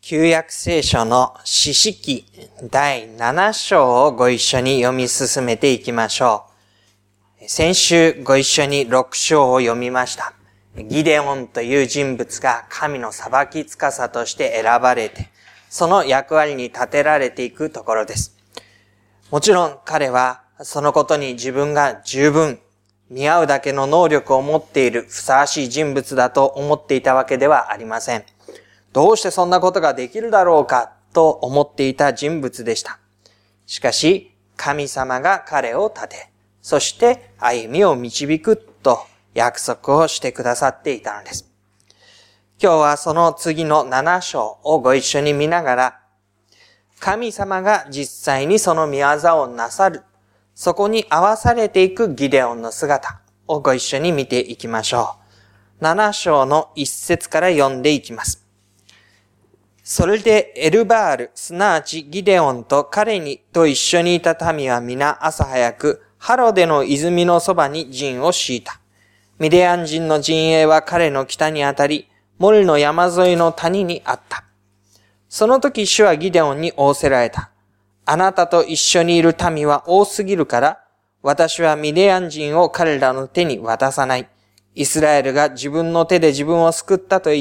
旧約聖書の士師記第7章をご一緒に読み進めていきましょう。先週ご一緒に6章を読みました。ギデオンという人物が神の裁き司として選ばれて、その役割に立てられていくところです。もちろん彼はそのことに自分が十分見合うだけの能力を持っているふさわしい人物だと思っていたわけではありません。どうしてそんなことができるだろうかと思っていた人物でした。しかし神様が彼を立て、そして歩みを導くと約束をしてくださっていたのです。今日はその次の7章をご一緒に見ながら、神様が実際にその御業をなさる、そこに合わされていくギデオンの姿をご一緒に見ていきましょう。7章の1節から読んでいきます。それでエルバール、すなわちギデオンと彼にと一緒にいた民は皆朝早く、ハロデの泉のそばに陣を敷いた。ミディアン人の陣営は彼の北にあたり、モルの山沿いの谷にあった。その時主はギデオンに仰せられた。あなたと一緒にいる民は多すぎるから、私はミディアン人を彼らの手に渡さない。イスラエルが自分の手で自分を救ったと言って、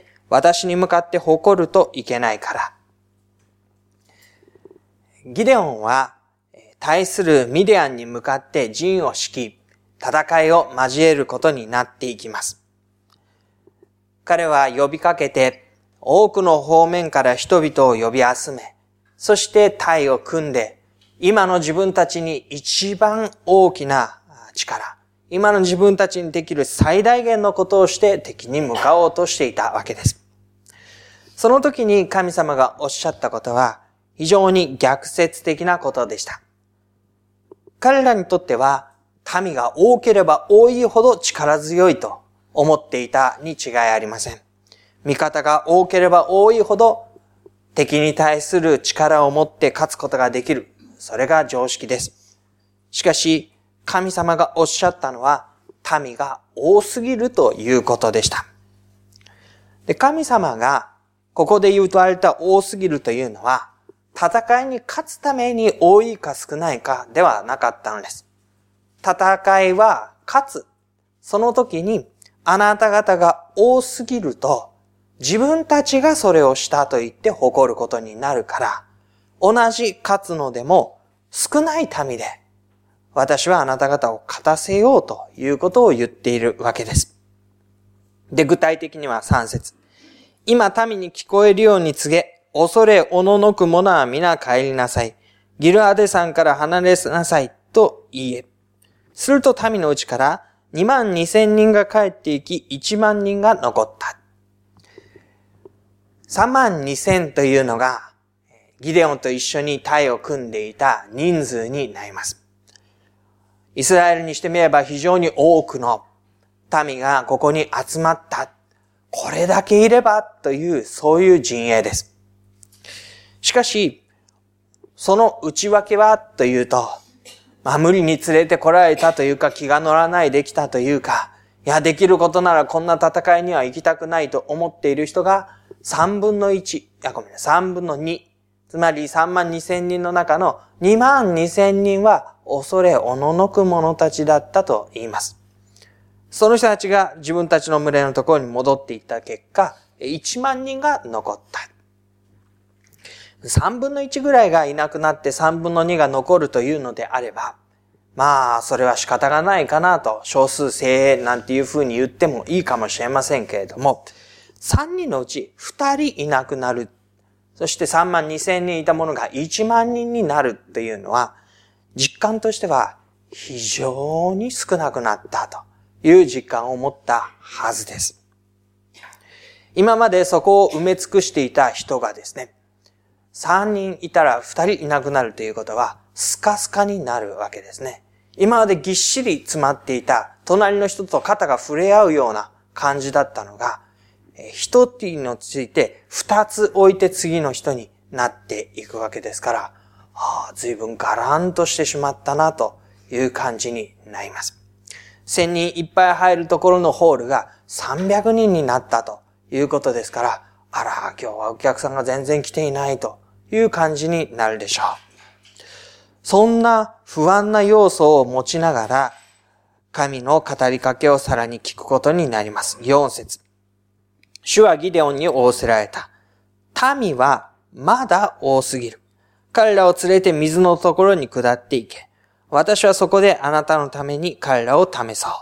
私に向かって誇るといけないから。ギデオンは対するミディアンに向かって陣を敷き、戦いを交えることになっていきます。彼は呼びかけて多くの方面から人々を呼び集め、そして隊を組んで、今の自分たちに一番大きな力、今の自分たちにできる最大限のことをして敵に向かおうとしていたわけです。その時に神様がおっしゃったことは非常に逆説的なことでした。彼らにとっては民が多ければ多いほど力強いと思っていたに違いありません。味方が多ければ多いほど敵に対する力を持って勝つことができる。それが常識です。しかし神様がおっしゃったのは民が多すぎるということでした。で、神様がここで言われた多すぎるというのは戦いに勝つために多いか少ないかではなかったのです。戦いは勝つ。その時にあなた方が多すぎると自分たちがそれをしたと言って誇ることになるから、同じ勝つのでも少ない民で私はあなた方を勝たせようということを言っているわけです。で、具体的には3節。今民に聞こえるように告げ、恐れおののく者は皆帰りなさい。ギルアデ山から離れなさいと言え。すると民のうちから22,000人が帰っていき、1万人が残った。32,000というのがギデオンと一緒に隊を組んでいた人数になります。イスラエルにしてみれば非常に多くの民がここに集まった。これだけいればというそういう陣営です。しかしその内訳はというと、無理に連れてこられたというか気が乗らないできたというか、できることならこんな戦いには行きたくないと思っている人が3分の2、つまり32,000人の中の22,000人は恐れおののく者たちだったと言います。その人たちが自分たちの群れのところに戻っていった結果、1万人が残った。3分の1ぐらいがいなくなって3分の2が残るというのであれば、それは仕方がないかなと、少数精鋭なんていうふうに言ってもいいかもしれませんけれども、3人のうち2人いなくなる。そして32,000人いたものが1万人になるというのは、実感としては非常に少なくなったという実感を持ったはずです。今までそこを埋め尽くしていた人がですね、3人いたら2人いなくなるということはスカスカになるわけですね。今までぎっしり詰まっていた隣の人と肩が触れ合うような感じだったのが、一人について2つ置いて次の人になっていくわけですから、随分ガランとしてしまったなという感じになります。1000人いっぱい入るところのホールが300人になったということですから、 あら、今日はお客さんが全然来ていないという感じになるでしょう。そんな不安な要素を持ちながら、神の語りかけをさらに聞くことになります。4節。主はギデオンに仰せられた。民はまだ多すぎる。彼らを連れて水のところに下っていけ。私はそこであなたのために彼らを試そう。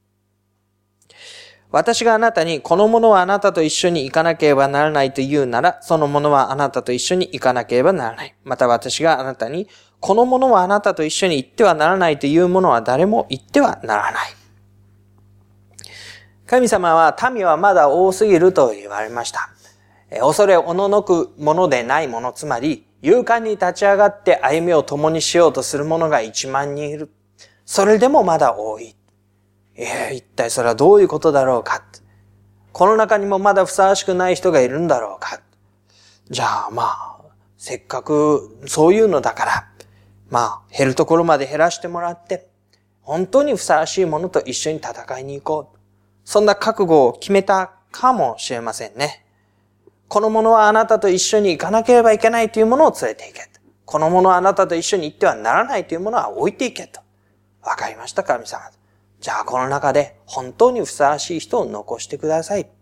私があなたに、この者はあなたと一緒に行かなければならないと言うなら、その者はあなたと一緒に行かなければならない。また私があなたに、この者はあなたと一緒に行ってはならないという者は誰も行ってはならない。神様は、民はまだ多すぎると言われました。恐れおののくものでないもの、つまり、勇敢に立ち上がって歩みを共にしようとする者が1万人いる。それでもまだ多い。一体それはどういうことだろうか。この中にもまだふさわしくない人がいるんだろうか。じゃあせっかくそういうのだから、減るところまで減らしてもらって、本当にふさわしいものと一緒に戦いに行こう。そんな覚悟を決めたかもしれませんね。この者はあなたと一緒に行かなければいけないというものを連れて行け。この者はあなたと一緒に行ってはならないというものは置いていけと。わかりました、神様。じゃあこの中で本当にふさわしい人を残してください。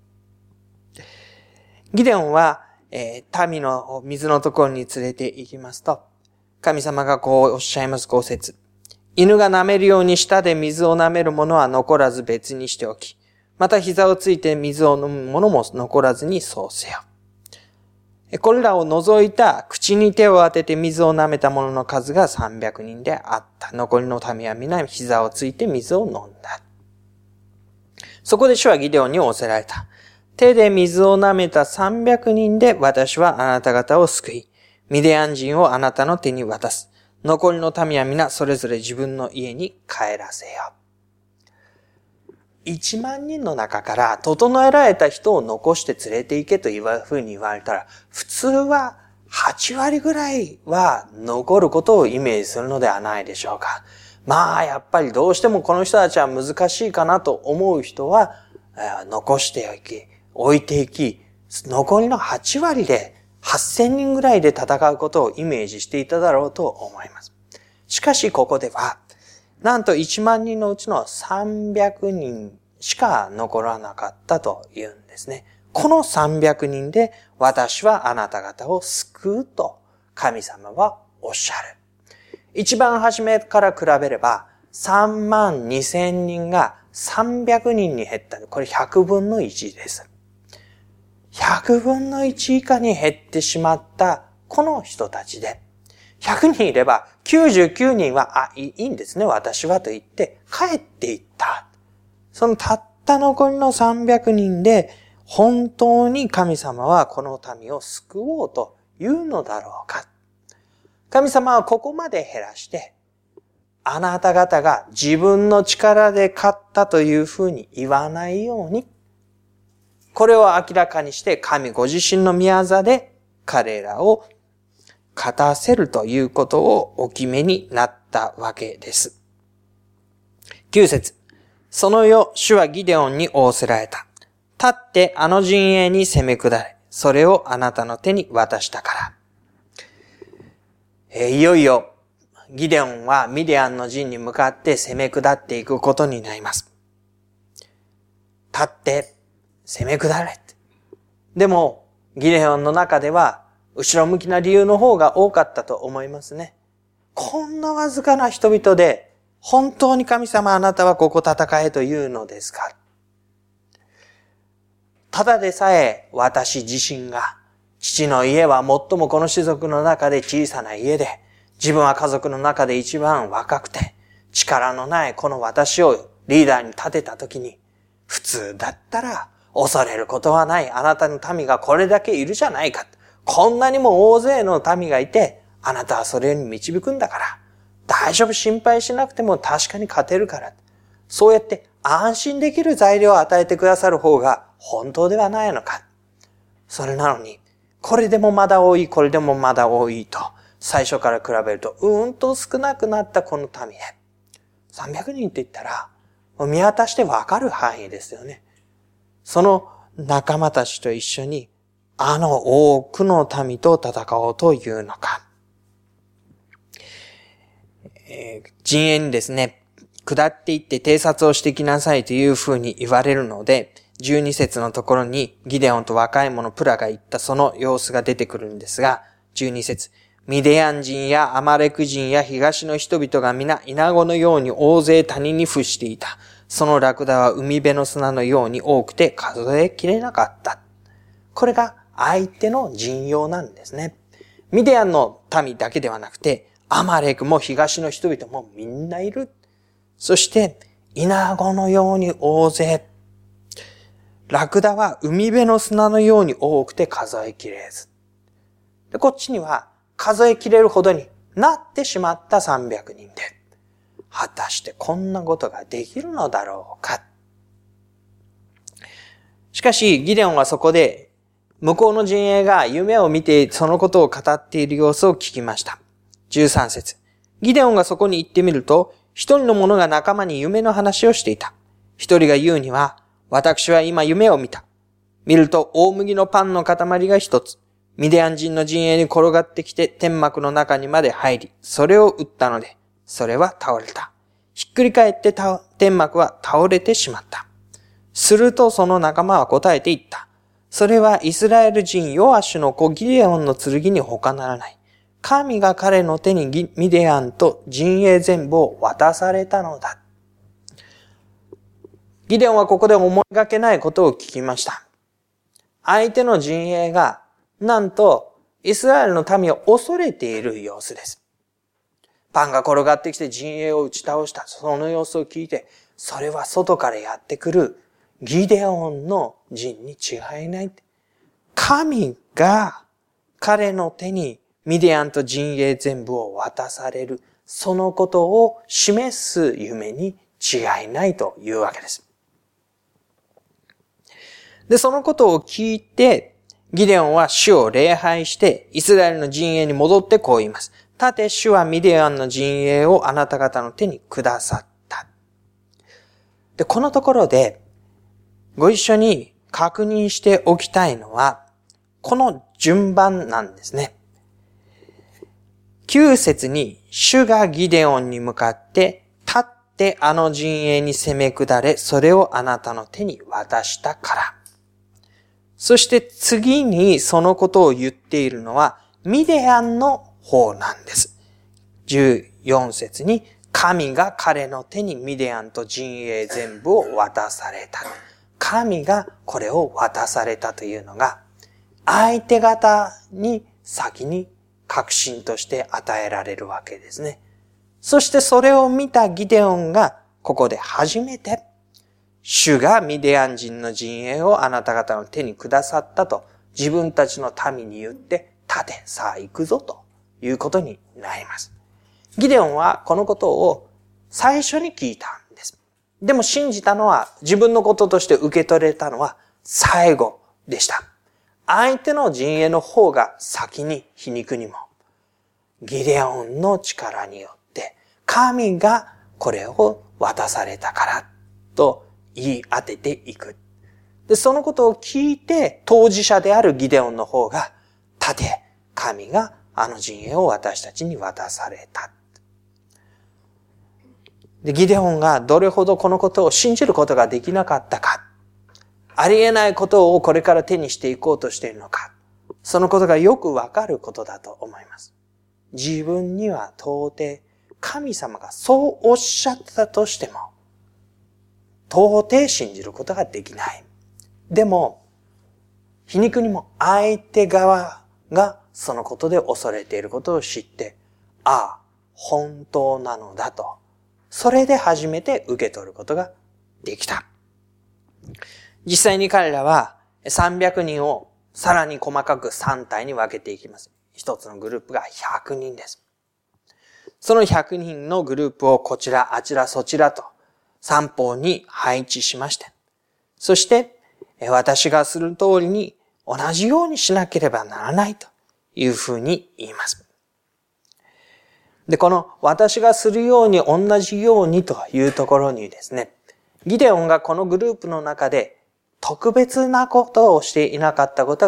ギデオンは、民の水のところに連れて行きますと、神様がこうおっしゃいます。5節。犬が舐めるように舌で水を舐める者は残らず別にしておき、また膝をついて水を飲む者も残らずにそうせよ。これらを除いた口に手を当てて水を舐めた者の数が300人であった。残りの民は皆膝をついて水を飲んだ。そこで主はギデオンに仰せられた。手で水を舐めた300人で私はあなた方を救い、ミディアン人をあなたの手に渡す。残りの民は皆それぞれ自分の家に帰らせよ。1万人の中から整えられた人を残して連れて行けというふうに言われたら、普通は8割ぐらいは残ることをイメージするのではないでしょうか。やっぱりどうしてもこの人たちは難しいかなと思う人は、残して置いていき、残りの8割で8000人ぐらいで戦うことをイメージしていただろうと思います。しかしここでは、なんと1万人のうちの300人しか残らなかったというんですね。この300人で私はあなた方を救うと神様はおっしゃる。一番初めから比べれば3万2000人が300人に減った。これ100分の1です。100分の1以下に減ってしまったこの人たちで、100人いれば99人はいいんですね、私はと言って帰っていった。そのたった残りの300人で本当に神様はこの民を救おうというのだろうか。神様はここまで減らして、あなた方が自分の力で勝ったというふうに言わないように、これを明らかにして神ご自身の宮座で彼らを勝たせるということをお決めになったわけです。9節。その夜、主はギデオンに仰せられた。立ってあの陣営に攻め下れ。それをあなたの手に渡したから。いよいよ、ギデオンはミディアンの陣に向かって攻め下っていくことになります。立って攻め下れ。でも、ギデオンの中では、後ろ向きな理由の方が多かったと思いますね。こんなわずかな人々で、本当に神様あなたはここ戦えというのですか。ただでさえ私自身が、父の家は最もこの種族の中で小さな家で、自分は家族の中で一番若くて、力のないこの私をリーダーに立てたときに、普通だったら恐れることはないあなたの民がこれだけいるじゃないか。こんなにも大勢の民がいて、あなたはそれに導くんだから、大丈夫、心配しなくても確かに勝てるから。そうやって安心できる材料を与えてくださる方が本当ではないのか。それなのに、これでもまだ多い、これでもまだ多いと、最初から比べると少なくなったこの民へ。300人って言ったら、見渡してわかる範囲ですよね。その仲間たちと一緒に多くの民と戦おうというのか。陣営にですね、下っていって偵察をしてきなさいというふうに言われるので、12節のところにギデオンと若い者プラが言ったその様子が出てくるんですが、12節、ミディアン人やアマレク人や東の人々が皆イナゴのように大勢谷に伏していた。そのラクダは海辺の砂のように多くて数えきれなかった。これが相手の陣容なんですね。ミディアンの民だけではなくて、アマレクも東の人々もみんないる。そして、イナゴのように大勢。ラクダは海辺の砂のように多くて数えきれず。で、こっちには数えきれるほどになってしまった300人で、果たしてこんなことができるのだろうか。しかし、ギデオンはそこで、向こうの陣営が夢を見てそのことを語っている様子を聞きました。13節。ギデオンがそこに行ってみると、一人の者が仲間に夢の話をしていた。一人が言うには、私は今夢を見た。見ると大麦のパンの塊が一つ。ミディアン人の陣営に転がってきて天幕の中にまで入り、それを打ったので、それは倒れた。ひっくり返って天幕は倒れてしまった。するとその仲間は答えて言った。それはイスラエル人ヨアシュの子ギデオンの剣に他ならない。神が彼の手にミディアンと陣営全部を渡されたのだ。ギデオンはここで思いがけないことを聞きました。相手の陣営がなんとイスラエルの民を恐れている様子です。パンが転がってきて陣営を打ち倒した。その様子を聞いて、それは外からやってくるギデオンの陣に違いない。神が彼の手にミディアンと陣営全部を渡される。そのことを示す夢に違いないというわけです。で、そのことを聞いて、ギデオンは主を礼拝して、イスラエルの陣営に戻ってこう言います。たて主はミディアンの陣営をあなた方の手にくださった。で、このところで、ご一緒に確認しておきたいのは、この順番なんですね。9節に、主がギデオンに向かって、立ってあの陣営に攻め下れ、それをあなたの手に渡したから。そして次にそのことを言っているのは、ミディアンの方なんです。14節に、神が彼の手にミディアンと陣営全部を渡された。神がこれを渡されたというのが、相手方に先に確信として与えられるわけですね。そしてそれを見たギデオンが、ここで初めて、主がミディアン人の陣営をあなた方の手にくださったと、自分たちの民に言って、立て、さあ行くぞということになります。ギデオンはこのことを最初に聞いたんです。でも信じたのは、自分のこととして受け取れたのは最後でした。相手の陣営の方が先に皮肉にも、ギデオンの力によって、神がこれを渡されたからと言い当てていく。で、そのことを聞いて、当事者であるギデオンの方が、立て、神があの陣営を私たちに渡された。で、ギデオンがどれほどこのことを信じることができなかったか。ありえないことをこれから手にしていこうとしているのか。そのことがよくわかることだと思います。自分には到底、神様がそうおっしゃったとしても、到底信じることができない。でも、皮肉にも相手側がそのことで恐れていることを知って、ああ、本当なのだと。それで初めて受け取ることができた。実際に彼らは300人をさらに細かく3体に分けていきます。一つのグループが100人です。その100人のグループをこちら、あちら、そちらと三方に配置しまして、そして私がする通りに同じようにしなければならないというふうに言います。で、この私がするように同じようにというところにですね、ギデオンがこのグループの中で特別なことをしていなかったことが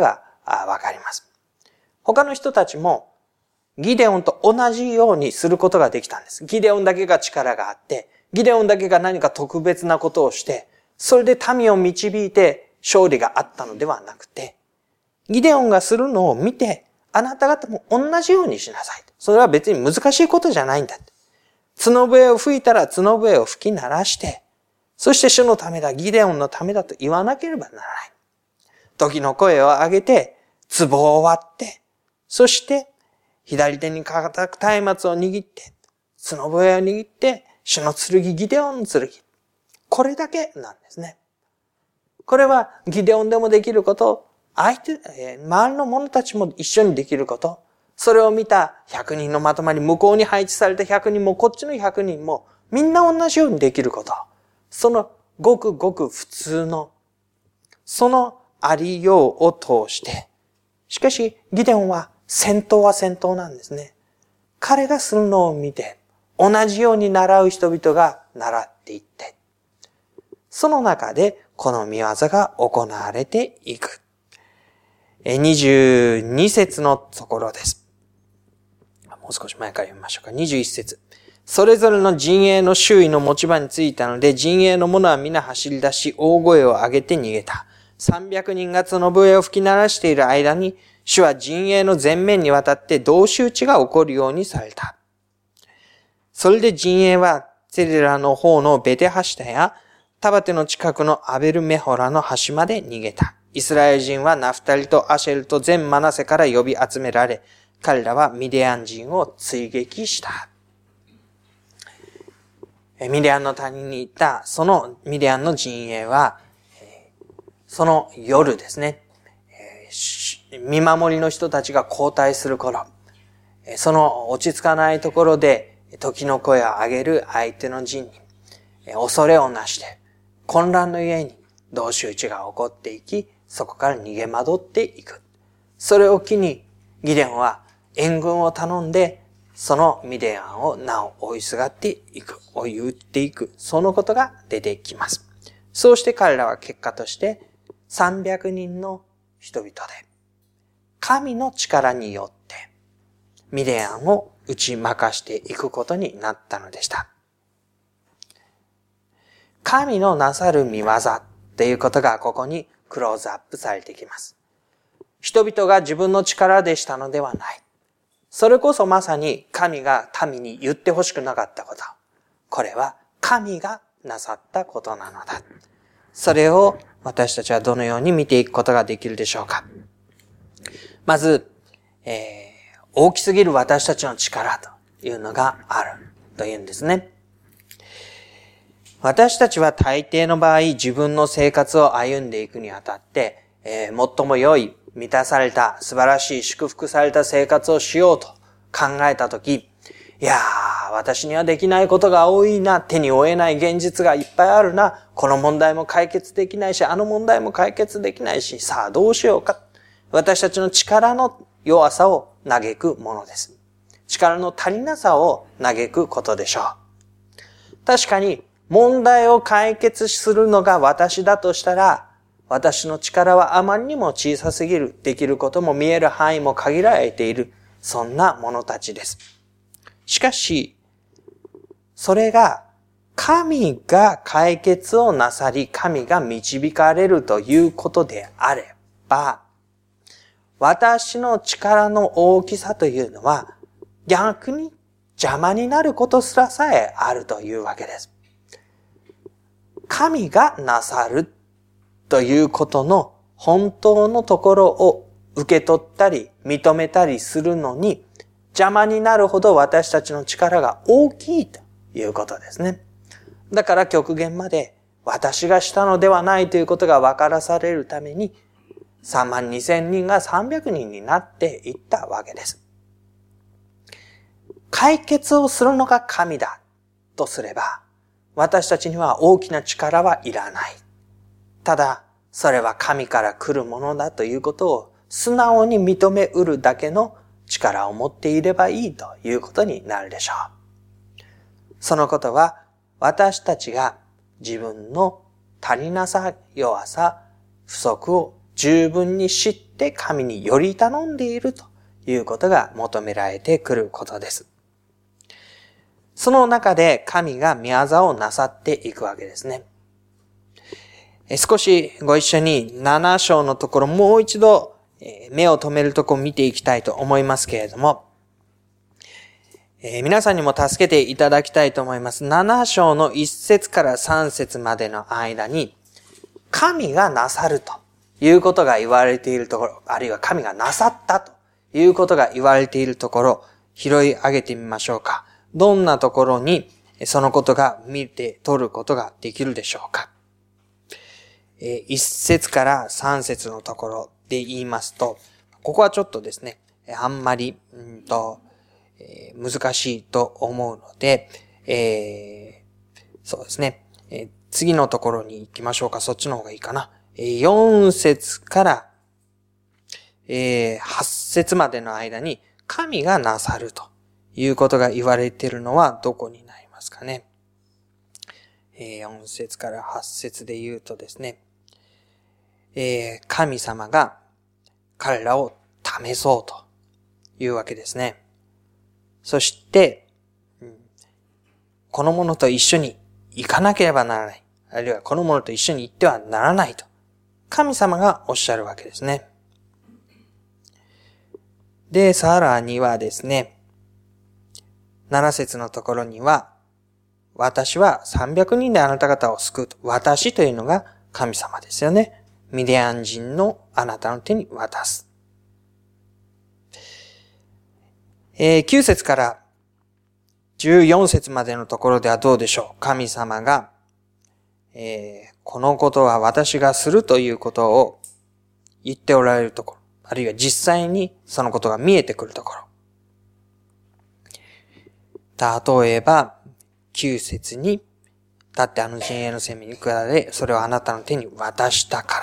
わかります。他の人たちもギデオンと同じようにすることができたんです。ギデオンだけが力があって、ギデオンだけが何か特別なことをして、それで民を導いて勝利があったのではなくて、ギデオンがするのを見て、あなた方も同じようにしなさい。それは別に難しいことじゃないんだ。角笛を吹いたら角笛を吹き鳴らして、そして主のためだ、ギデオンのためだと言わなければならない。時の声を上げて、壺を割って、そして左手に固く松明を握って、角笛を握って、主の剣、ギデオンの剣。これだけなんですね。これはギデオンでもできること、周りの者たちも一緒にできること、それを見た100人のまとまり、向こうに配置された100人も、こっちの100人も、みんな同じようにできること。そのごくごく普通の、そのありようを通して、しかしギデオンは戦闘なんですね。彼がするのを見て、同じように習う人々が習っていって、その中でこの見業が行われていく。22節のところです。もう少し前から読みましょうか。21節。それぞれの陣営の周囲の持ち場についたので、陣営の者は皆走り出し、大声を上げて逃げた。300人が角笛を吹き鳴らしている間に、主は陣営の前面にわたって同士討ちが起こるようにされた。それで陣営は、セレラの方のベテハシタや、タバテの近くのアベルメホラの端まで逃げた。イスラエル人はナフタリとアシェルと全マナセから呼び集められ、彼らはミディアン人を追撃した。ミディアンの谷に行ったそのミディアンの陣営は、その夜ですね、見守りの人たちが交代する頃、その落ち着かないところで時の声を上げる相手の陣に恐れをなして混乱の家に同士討ちが起こっていき、そこから逃げ惑っていく。それを機にギデオンは援軍を頼んで、そのミディアンをなお追いすがっていく、追い打っていく、そのことが出てきます。そうして彼らは結果として300人の人々で、神の力によってミディアンを打ち負かしていくことになったのでした。神のなさる見業っていうことがここにクローズアップされてきます。人々が自分の力でしたのではない。それこそまさに神が民に言ってほしくなかったこと。これは神がなさったことなのだ。それを私たちはどのように見ていくことができるでしょうか。まず、大きすぎる私たちの力というのがあるというんですね。私たちは大抵の場合、自分の生活を歩んでいくにあたって、最も良い、満たされた、素晴らしい、祝福された生活をしようと考えたとき、いやー、私にはできないことが多いな、手に負えない現実がいっぱいあるな、この問題も解決できないし、あの問題も解決できないし、さあどうしようか。私たちの力の弱さを嘆くものです。力の足りなさを嘆くことでしょう。確かに、問題を解決するのが私だとしたら、私の力はあまりにも小さすぎる、できることも見える範囲も限られている、そんな者たちです。しかし、それが神が解決をなさり、神が導かれるということであれば、私の力の大きさというのは逆に邪魔になることすらさえあるというわけです。神がなさるということの本当のところを受け取ったり認めたりするのに邪魔になるほど私たちの力が大きいということですね。だから極限まで私がしたのではないということが分からされるために32,000人が300人になっていったわけです。解決をするのが神だとすれば私たちには大きな力はいらない。ただそれは神から来るものだということを素直に認めうるだけの力を持っていればいいということになるでしょう。そのことは私たちが自分の足りなさ、弱さ、不足を十分に知っって神により頼んでいるということが求められてくることです。その中で神が御業をなさっていくわけですね。少しご一緒に7章のところもう一度目を留めるところを見ていきたいと思いますけれども、皆さんにも助けていただきたいと思います。7章の1節から3節までの間に、神がなさるということが言われているところ、あるいは神がなさったということが言われているところ、拾い上げてみましょうか。どんなところにそのことが見て取ることができるでしょうか。1節から3節のところで言いますと、ここはちょっとですね、あんまり、難しいと思うので、そうですね、次のところに行きましょうか。そっちの方がいいかな。4節から8節までの間に神がなさるということが言われているのはどこになりますかね。4節から8節で言うとですね、神様が彼らを試そうというわけですね。そして、この者と一緒に行かなければならない。あるいはこの者と一緒に行ってはならないと。神様がおっしゃるわけですね。で、さらにはですね、7節のところには、私は300人であなた方を救うと。私というのが神様ですよね。ミディアン人のあなたの手に渡す。9節から14節までのところではどうでしょう。神様が、このことは私がするということを言っておられるところ、あるいは実際にそのことが見えてくるところ。例えば、9節に、立ってあの陣営の攻めに下れ、それをあなたの手に渡したから。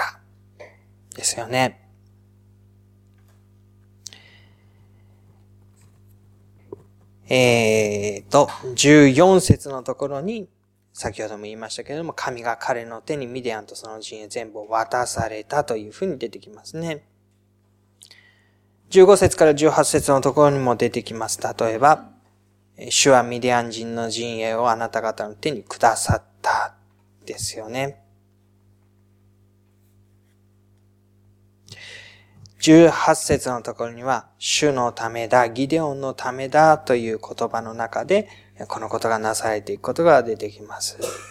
ですよね。14節のところに、先ほども言いましたけれども、神が彼の手にミディアンとその陣営全部を渡されたというふうに出てきますね。15節から18節のところにも出てきます。例えば、主はミディアン人の陣営をあなた方の手にくださったですよね。18節のところには、主のためだ、ギデオンのためだという言葉の中で、このことがなされていくことが出てきます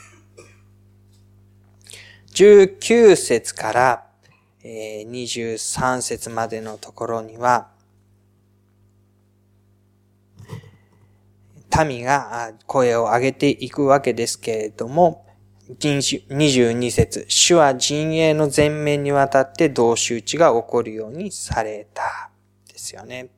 。19節から23節までのところには、民が声を上げていくわけですけれども、22節、主は陣営の前面にわたって同士討ちが起こるようにされた。ですよね。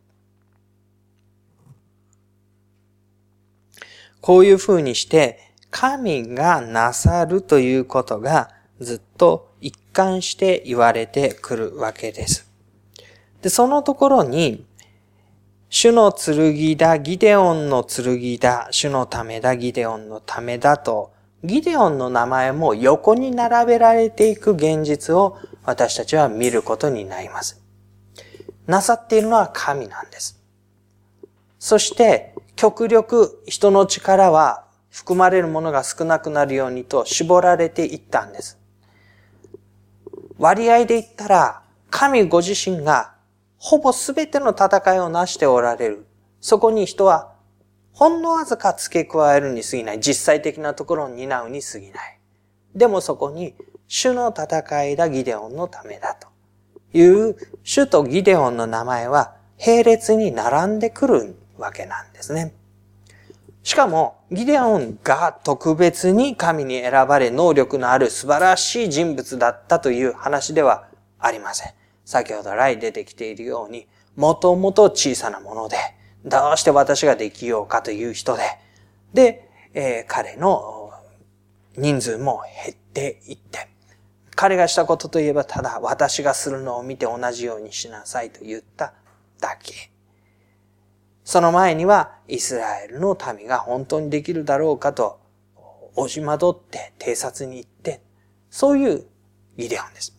こういうふうにして、神がなさるということがずっと一貫して言われてくるわけです。で、そのところに、主の剣だ、ギデオンの剣だ、主のためだ、ギデオンのためだと、ギデオンの名前も横に並べられていく現実を私たちは見ることになります。なさっているのは神なんです。そして、極力人の力は含まれるものが少なくなるようにと絞られていったんです。割合で言ったら、神ご自身がほぼ全ての戦いを成しておられる。そこに人はほんのわずか付け加えるに過ぎない。実際的なところを担うに過ぎない。でもそこに、主の戦いだギデオンのためだという、主とギデオンの名前は並列に並んでくるわけなんですね。しかも、ギデオンが特別に神に選ばれ能力のある素晴らしい人物だったという話ではありません。先ほど来出てきているように、もともと小さなもので、どうして私ができようかという人で、彼の人数も減っていって、彼がしたことといえばただ私がするのを見て同じようにしなさいと言っただけ。その前にはイスラエルの民が本当にできるだろうかと押しまどって偵察に行って、そういうギデオンです。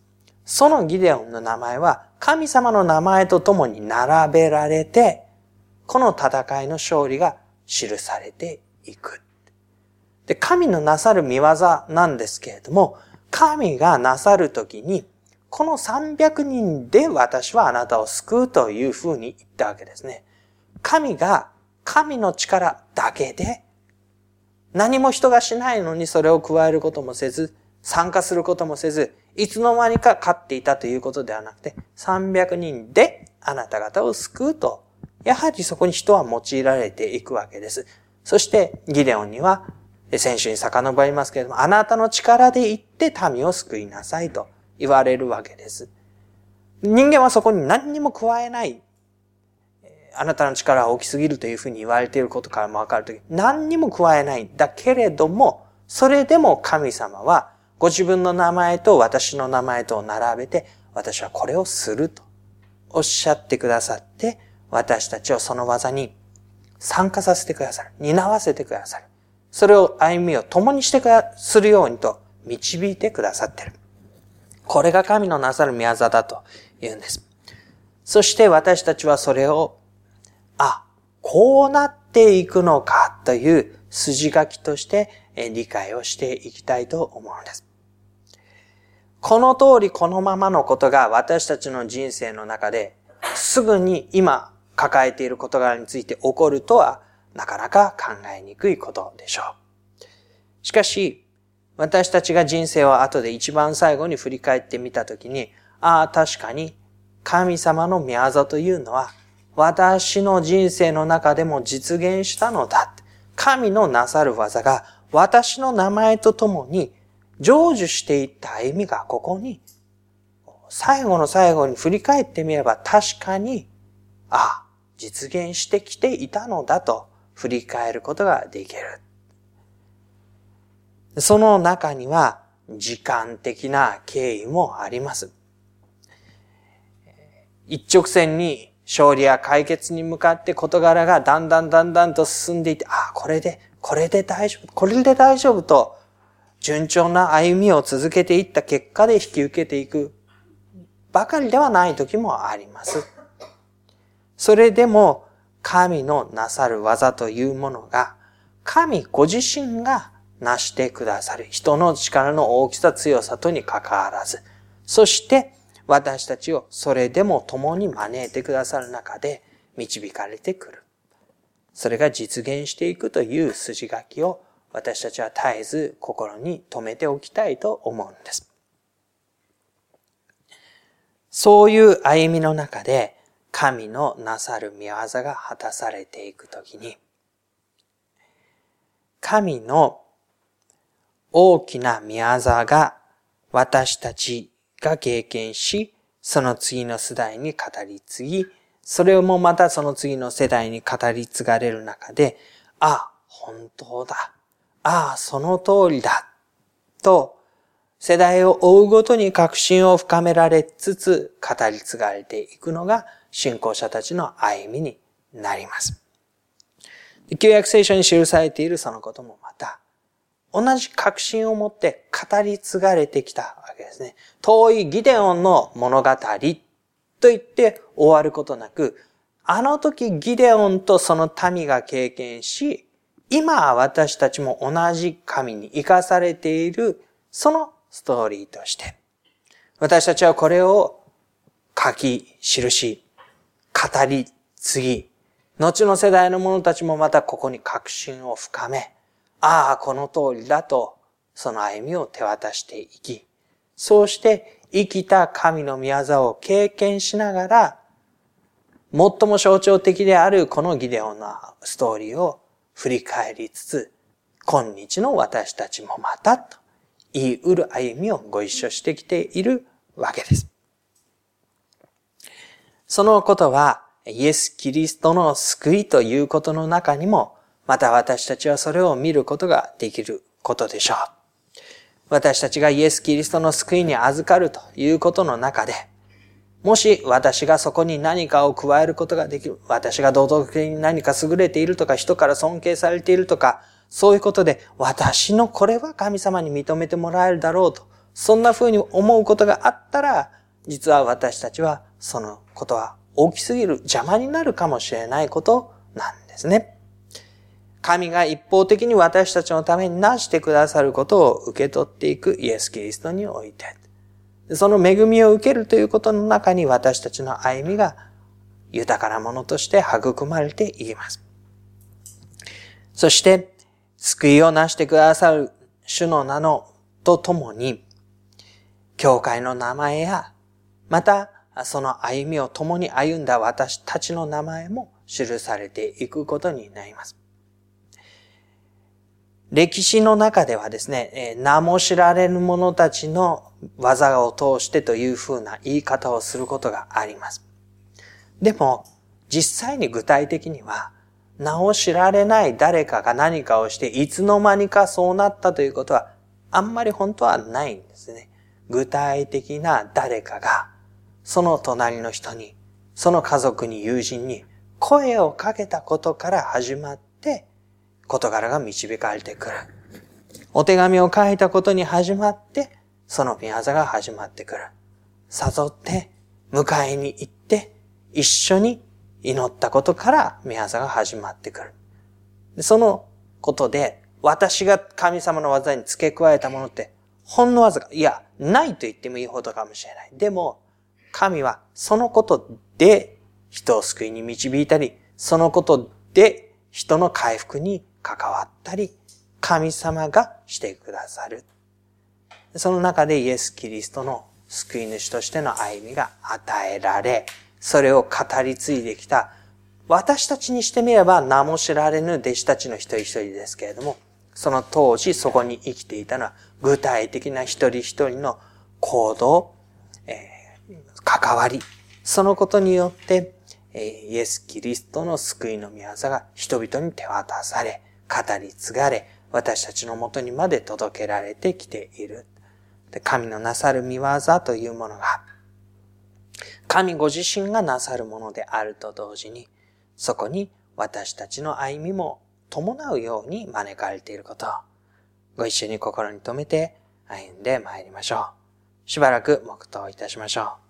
そのギデオンの名前は神様の名前とともに並べられて、この戦いの勝利が記されていく。で、神のなさる見業なんですけれども、神がなさるときに、この300人で私はあなたを救うというふうに言ったわけですね。神が神の力だけで、何も人がしないのにそれを加えることもせず、参加することもせず、いつの間にか勝っていたということではなくて、300人であなた方を救うと、やはりそこに人は用いられていくわけです。そしてギデオンには、先週に遡りますけれども、あなたの力で行って民を救いなさいと言われるわけです。人間はそこに何にも加えない。あなたの力は大きすぎるというふうに言われていることからもわかるとき、何にも加えない。だけれども、それでも神様は、ご自分の名前と私の名前とを並べて、私はこれをするとおっしゃってくださって、私たちをその技に参加させてくださる。担わせてくださる。それを歩みを共にするようにと導いてくださっている。これが神のなさる御業だと言うんです。そして私たちはそれを、こうなっていくのかという筋書きとして理解をしていきたいと思うんです。この通りこのままのことが私たちの人生の中ですぐに今抱えている事柄について起こるとはなかなか考えにくいことでしょう。しかし私たちが人生を後で一番最後に振り返ってみたときに、確かに神様の御業というのは私の人生の中でも実現したのだ。神のなさる技が私の名前とともに成就していった歩みがここに最後の最後に振り返ってみれば確かに実現してきていたのだと振り返ることができる。その中には時間的な経緯もあります。一直線に勝利や解決に向かって事柄がだんだんと進んでいて、これで大丈夫と順調な歩みを続けていった結果で引き受けていくばかりではない時もあります。それでも神のなさる技というものが神ご自身がなしてくださる。人の力の大きさ強さとにかかわらず、そして私たちをそれでも共に招いてくださる中で導かれてくる。それが実現していくという筋書きを私たちは絶えず心に留めておきたいと思うんです。そういう歩みの中で神のなさる御業が果たされていくときに、神の大きな御業が私たちが経験し、その次の世代に語り継ぎ、それもまたその次の世代に語り継がれる中で、本当だ。その通りだ。と、世代を追うごとに確信を深められつつ語り継がれていくのが信仰者たちの歩みになります。旧約聖書に記されているそのこともまた、同じ確信を持って語り継がれてきたわけですね。遠いギデオンの物語と言って終わることなく、あの時ギデオンとその民が経験し、今私たちも同じ神に生かされているそのストーリーとして、私たちはこれを書き記し、語り継ぎ、後の世代の者たちもまたここに確信を深め、この通りだとその歩みを手渡していき、そうして生きた神の御業を経験しながら、最も象徴的であるこのギデオンのストーリーを振り返りつつ、今日の私たちもまたと言い得る歩みをご一緒してきているわけです。そのことはイエス・キリストの救いということの中にも、また私たちはそれを見ることができることでしょう。私たちがイエス・キリストの救いに預かるということの中で、もし私がそこに何かを加えることができる、私が道徳的に何か優れているとか、人から尊敬されているとか、そういうことで私のこれは神様に認めてもらえるだろうと、 そんな風に思うことがあったら、実は私たちはそのことは大きすぎる邪魔になるかもしれないことなんですね。神が一方的に私たちのためになしてくださることを受け取っていくイエス・キリストにおいて、その恵みを受けるということの中に私たちの歩みが豊かなものとして育まれていきます。そして、救いをなしてくださる主の名のとともに、教会の名前や、またその歩みを共に歩んだ私たちの名前も記されていくことになります。歴史の中ではですね、名も知られぬ者たちの技を通してというふうな言い方をすることがあります。でも、実際に具体的には、名を知られない誰かが何かをしていつの間にかそうなったということはあんまり本当はないんですね。具体的な誰かがその隣の人に、その家族に友人に声をかけたことから始まって事柄が導かれてくる。お手紙を書いたことに始まってその御業が始まってくる。誘って迎えに行って一緒に祈ったことから御業が始まってくる。そのことで私が神様の技に付け加えたものってほんのわずか、いや、ないと言ってもいいほどかもしれない。でも、神はそのことで人を救いに導いたり、そのことで人の回復に関わったり、神様がしてくださる。その中でイエス・キリストの救い主としての歩みが与えられ、それを語り継いできた、私たちにしてみれば名も知られぬ弟子たちの一人一人ですけれども、その当時そこに生きていたのは具体的な一人一人の行動、関わり、そのことによってイエス・キリストの救いの御業が人々に手渡され、語り継がれ、私たちのもとにまで届けられてきている。神のなさる御業というものが、神ご自身がなさるものであると同時に、そこに私たちの歩みも伴うように招かれていることを、ご一緒に心に留めて歩んでまいりましょう。しばらく黙祷いたしましょう。